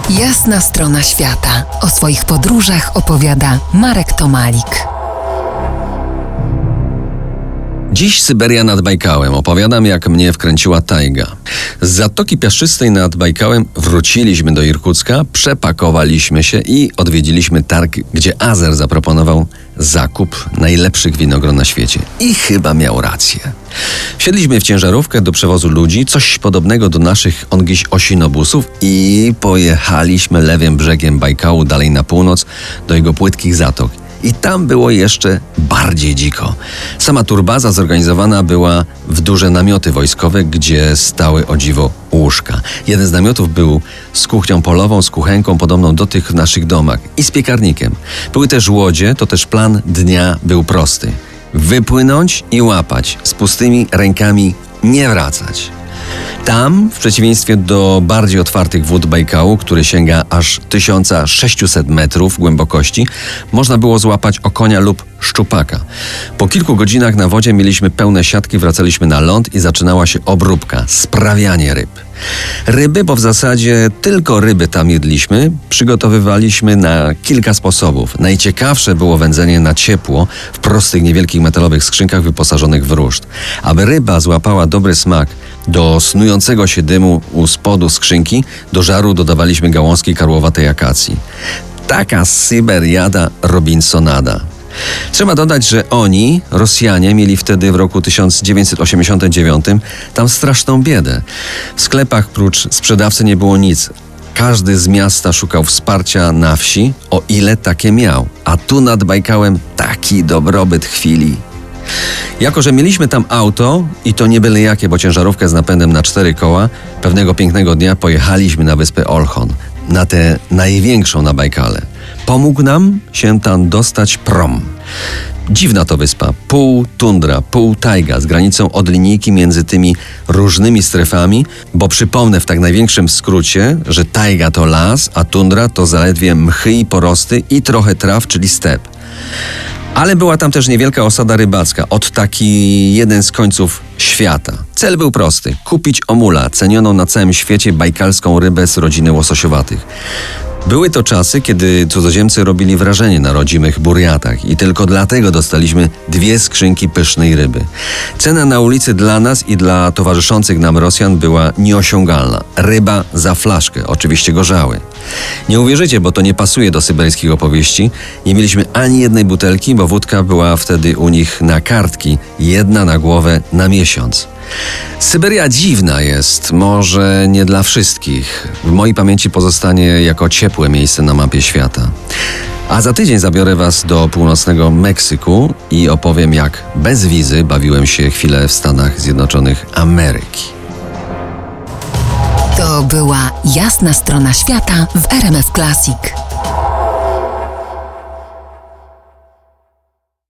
Jasna strona świata. O swoich podróżach opowiada Marek Tomalik. Dziś Syberia nad Bajkałem. Opowiadam, jak mnie wkręciła tajga. Z Zatoki Piaszczystej nad Bajkałem wróciliśmy do Irkucka, przepakowaliśmy się i odwiedziliśmy targ, gdzie Azer zaproponował zakup najlepszych winogron na świecie. I chyba miał rację. Wsiedliśmy w ciężarówkę do przewozu ludzi, coś podobnego do naszych ongiś osinobusów i pojechaliśmy lewym brzegiem Bajkału dalej na północ do jego płytkich zatok. I tam było jeszcze bardziej dziko. Sama turbaza zorganizowana była w duże namioty wojskowe, gdzie stały o dziwo łóżka. Jeden z namiotów był z kuchnią polową, z kuchenką podobną do tych w naszych domach i z piekarnikiem. Były też łodzie, to też plan dnia był prosty. Wypłynąć i łapać, z pustymi rękami nie wracać. Tam, w przeciwieństwie do bardziej otwartych wód Bajkału, który sięga aż 1600 metrów głębokości, można było złapać okonia lub szczupaka. Po kilku godzinach na wodzie mieliśmy pełne siatki, wracaliśmy na ląd i zaczynała się obróbka, sprawianie ryb. Ryby, bo w zasadzie tylko ryby tam jedliśmy, przygotowywaliśmy na kilka sposobów. Najciekawsze było wędzenie na ciepło w prostych, niewielkich metalowych skrzynkach wyposażonych w ruszt. Aby ryba złapała dobry smak, do snującego się dymu u spodu skrzynki do żaru dodawaliśmy gałązki karłowatej akacji. Taka Syberiada Robinsonada. Trzeba dodać, że oni, Rosjanie, mieli wtedy w roku 1989 tam straszną biedę. W sklepach prócz sprzedawcy nie było nic. Każdy z miasta szukał wsparcia na wsi, o ile takie miał. A tu nad Bajkałem taki dobrobyt chwili. Jako że mieliśmy tam auto, i to nie byle jakie, bo ciężarówkę z napędem na 4 koła, pewnego pięknego dnia pojechaliśmy na wyspę Olchon, na tę największą na Bajkale. Pomógł nam się tam dostać prom. Dziwna to wyspa, pół tundra, pół tajga, z granicą od linijki między tymi różnymi strefami, bo przypomnę w tak największym skrócie, że tajga to las, a tundra to zaledwie mchy i porosty i trochę traw, czyli step. Ale była tam też niewielka osada rybacka, od taki jeden z końców świata. Cel był prosty: kupić omula, cenioną na całym świecie bajkalską rybę z rodziny łososiowatych. Były to czasy, kiedy cudzoziemcy robili wrażenie na rodzimych Burjatach i tylko dlatego dostaliśmy 2 skrzynki pysznej ryby. Cena na ulicy dla nas i dla towarzyszących nam Rosjan była nieosiągalna. Ryba za flaszkę, oczywiście gorzały. Nie uwierzycie, bo to nie pasuje do syberyjskich opowieści. Nie mieliśmy ani jednej butelki, bo wódka była wtedy u nich na kartki, 1 na głowę na miesiąc. Syberia dziwna jest, może nie dla wszystkich. W mojej pamięci pozostanie jako ciepłe miejsce na mapie świata. A za tydzień zabiorę Was do północnego Meksyku i opowiem, jak bez wizy bawiłem się chwilę w Stanach Zjednoczonych Ameryki. To była Jasna strona świata w RMF Classic.